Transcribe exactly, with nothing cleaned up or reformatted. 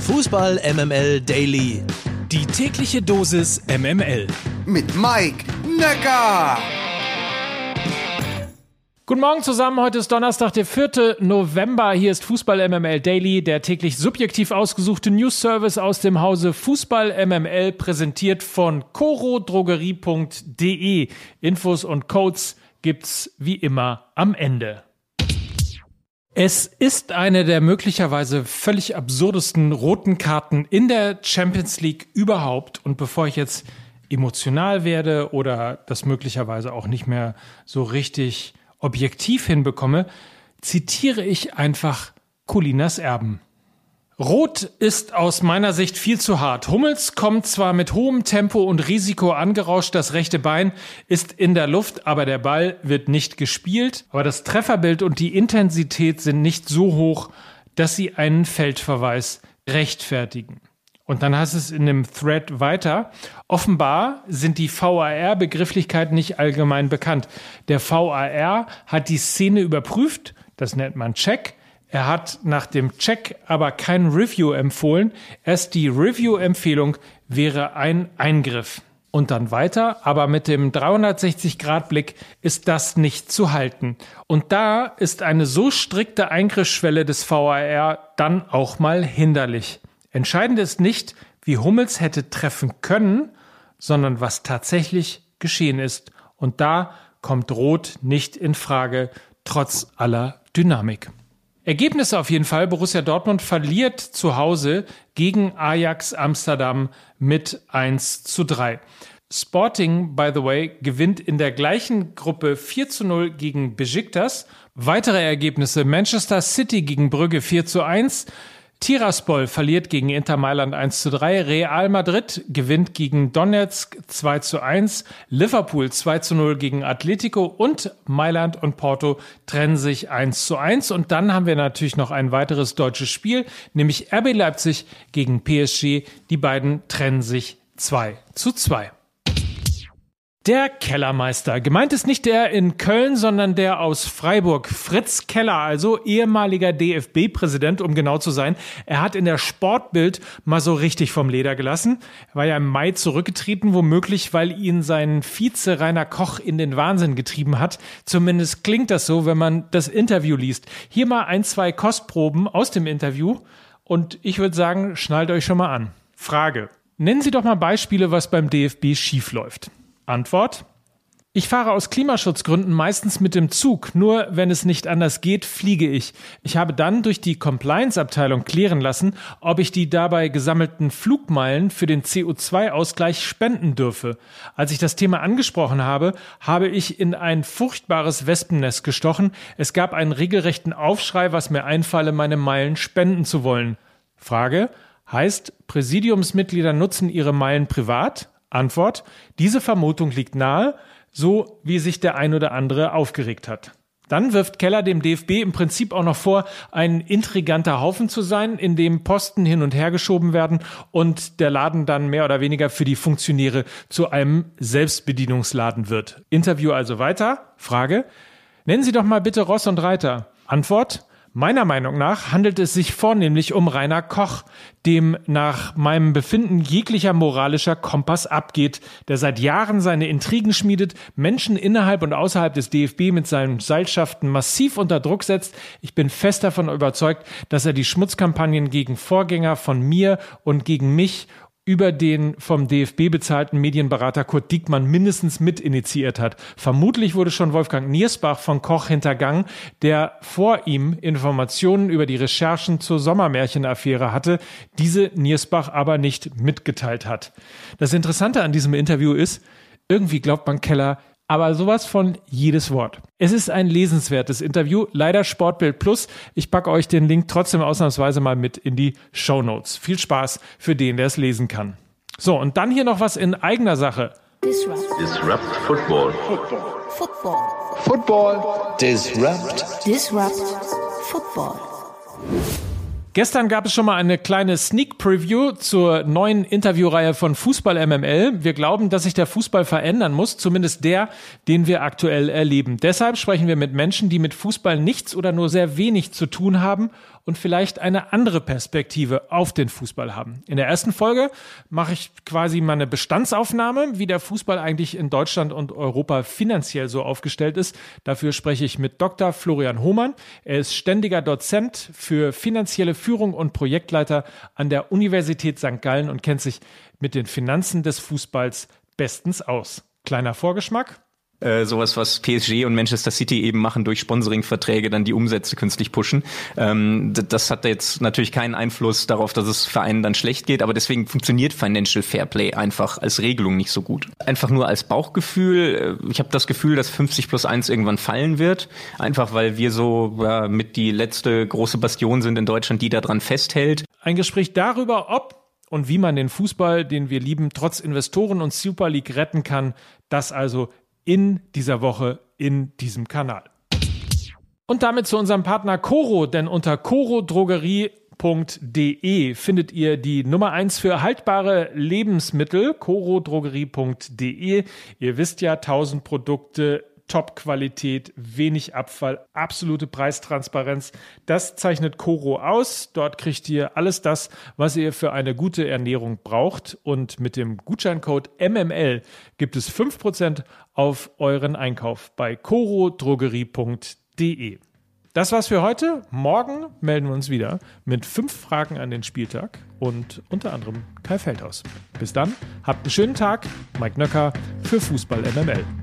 Fußball M M L Daily. Die tägliche Dosis M M L. Mit Mike Necker. Guten Morgen zusammen, heute ist Donnerstag, der vierte November. Hier ist Fußball M M L Daily, der täglich subjektiv ausgesuchte News-Service aus dem Hause Fußball M M L, präsentiert von corodrogerie punkt de. Infos und Codes gibt's wie immer am Ende. Es ist eine der möglicherweise völlig absurdesten roten Karten in der Champions League überhaupt. Und bevor ich jetzt emotional werde oder das möglicherweise auch nicht mehr so richtig objektiv hinbekomme, zitiere ich einfach Colinas Erben. Rot ist aus meiner Sicht viel zu hart. Hummels kommt zwar mit hohem Tempo und Risiko angerauscht, das rechte Bein ist in der Luft, aber der Ball wird nicht gespielt. Aber das Trefferbild und die Intensität sind nicht so hoch, dass sie einen Feldverweis rechtfertigen. Und dann heißt es in dem Thread weiter, offenbar sind die V A R-Begrifflichkeiten nicht allgemein bekannt. Der V A R hat die Szene überprüft, das nennt man Check. Er hat nach dem Check aber kein Review empfohlen. Erst die Review-Empfehlung wäre ein Eingriff. Und dann weiter, aber mit dem dreihundertsechzig Grad Blick ist das nicht zu halten. Und da ist eine so strikte Eingriffsschwelle des V A R dann auch mal hinderlich. Entscheidend ist nicht, wie Hummels hätte treffen können, sondern was tatsächlich geschehen ist. Und da kommt Rot nicht in Frage, trotz aller Dynamik. Ergebnisse auf jeden Fall. Borussia Dortmund verliert zu Hause gegen Ajax Amsterdam mit eins zu drei. Sporting, by the way, gewinnt in der gleichen Gruppe vier zu null gegen Besiktas. Weitere Ergebnisse: Manchester City gegen Brügge vier zu eins. Tiraspol verliert gegen Inter Mailand eins zu drei, Real Madrid gewinnt gegen Donetsk zwei zu eins, Liverpool zwei zu null gegen Atletico und Mailand und Porto trennen sich eins zu eins. Und dann haben wir natürlich noch ein weiteres deutsches Spiel, nämlich R B Leipzig gegen P S G. Die beiden trennen sich zwei zu zwei. Der Kellermeister. Gemeint ist nicht der in Köln, sondern der aus Freiburg. Fritz Keller, also ehemaliger D F B-Präsident, um genau zu sein. Er hat in der Sportbild mal so richtig vom Leder gelassen. Er war ja im Mai zurückgetreten, womöglich, weil ihn sein Vize Rainer Koch in den Wahnsinn getrieben hat. Zumindest klingt das so, wenn man das Interview liest. Hier mal ein, zwei Kostproben aus dem Interview. Und ich würde sagen, schnallt euch schon mal an. Frage: Nennen Sie doch mal Beispiele, was beim D F B schiefläuft. Antwort: Ich fahre aus Klimaschutzgründen meistens mit dem Zug. Nur wenn es nicht anders geht, fliege ich. Ich habe dann durch die Compliance-Abteilung klären lassen, ob ich die dabei gesammelten Flugmeilen für den C O zwei Ausgleich spenden dürfe. Als ich das Thema angesprochen habe, habe ich in ein furchtbares Wespennest gestochen. Es gab einen regelrechten Aufschrei, was mir einfalle, meine Meilen spenden zu wollen. Frage: Heißt, Präsidiumsmitglieder nutzen ihre Meilen privat? Antwort: Diese Vermutung liegt nahe, so wie sich der ein oder andere aufgeregt hat. Dann wirft Keller dem D F B im Prinzip auch noch vor, ein intriganter Haufen zu sein, in dem Posten hin und her geschoben werden und der Laden dann mehr oder weniger für die Funktionäre zu einem Selbstbedienungsladen wird. Interview also weiter. Frage: Nennen Sie doch mal bitte Ross und Reiter. Antwort: Meiner Meinung nach handelt es sich vornehmlich um Rainer Koch, dem nach meinem Befinden jeglicher moralischer Kompass abgeht, der seit Jahren seine Intrigen schmiedet, Menschen innerhalb und außerhalb des D F B mit seinen Seilschaften massiv unter Druck setzt. Ich bin fest davon überzeugt, dass er die Schmutzkampagnen gegen Vorgänger von mir und gegen mich über den vom D F B bezahlten Medienberater Kurt Diekmann mindestens mit initiiert hat. Vermutlich wurde schon Wolfgang Niersbach von Koch hintergangen, der vor ihm Informationen über die Recherchen zur Sommermärchenaffäre hatte, diese Niersbach aber nicht mitgeteilt hat. Das Interessante an diesem Interview ist, irgendwie glaubt man Keller aber sowas von jedes Wort. Es ist ein lesenswertes Interview, leider Sportbild Plus. Ich packe euch den Link trotzdem ausnahmsweise mal mit in die Shownotes. Viel Spaß für den, der es lesen kann. So, und dann hier noch was in eigener Sache. Disrupt. Disrupt Football. Football. Football. Football. Disrupt. Disrupt Football. Gestern gab es schon mal eine kleine Sneak Preview zur neuen Interviewreihe von Fußball M M L. Wir glauben, dass sich der Fußball verändern muss, zumindest der, den wir aktuell erleben. Deshalb sprechen wir mit Menschen, die mit Fußball nichts oder nur sehr wenig zu tun haben und vielleicht eine andere Perspektive auf den Fußball haben. In der ersten Folge mache ich quasi mal eine Bestandsaufnahme, wie der Fußball eigentlich in Deutschland und Europa finanziell so aufgestellt ist. Dafür spreche ich mit Doktor Florian Hohmann. Er ist ständiger Dozent für finanzielle Führung und Projektleiter an der Universität Sankt Gallen und kennt sich mit den Finanzen des Fußballs bestens aus. Kleiner Vorgeschmack. Äh, sowas, was P S G und Manchester City eben machen, durch Sponsoring-Verträge dann die Umsätze künstlich pushen. Ähm, das hat jetzt natürlich keinen Einfluss darauf, dass es Vereinen dann schlecht geht, aber deswegen funktioniert Financial Fairplay einfach als Regelung nicht so gut. Einfach nur als Bauchgefühl. Ich habe das Gefühl, dass fünfzig plus eins irgendwann fallen wird, einfach weil wir so ja, mit die letzte große Bastion sind in Deutschland, die daran festhält. Ein Gespräch darüber, ob und wie man den Fußball, den wir lieben, trotz Investoren und Super League retten kann, das also in dieser Woche in diesem Kanal. Und damit zu unserem Partner Coro, denn unter coro drogerie punkt de findet ihr die Nummer eins für haltbare Lebensmittel, coro drogerie punkt de. Ihr wisst ja, tausend Produkte, Top-Qualität, wenig Abfall, absolute Preistransparenz. Das zeichnet Coro aus. Dort kriegt ihr alles das, was ihr für eine gute Ernährung braucht. Und mit dem Gutscheincode M M L gibt es fünf Prozent auf euren Einkauf bei coro drogerie punkt de. Das war's für heute. Morgen melden wir uns wieder mit fünf Fragen an den Spieltag und unter anderem Kai Feldhaus. Bis dann, habt einen schönen Tag. Mike Nöcker für Fußball M M L.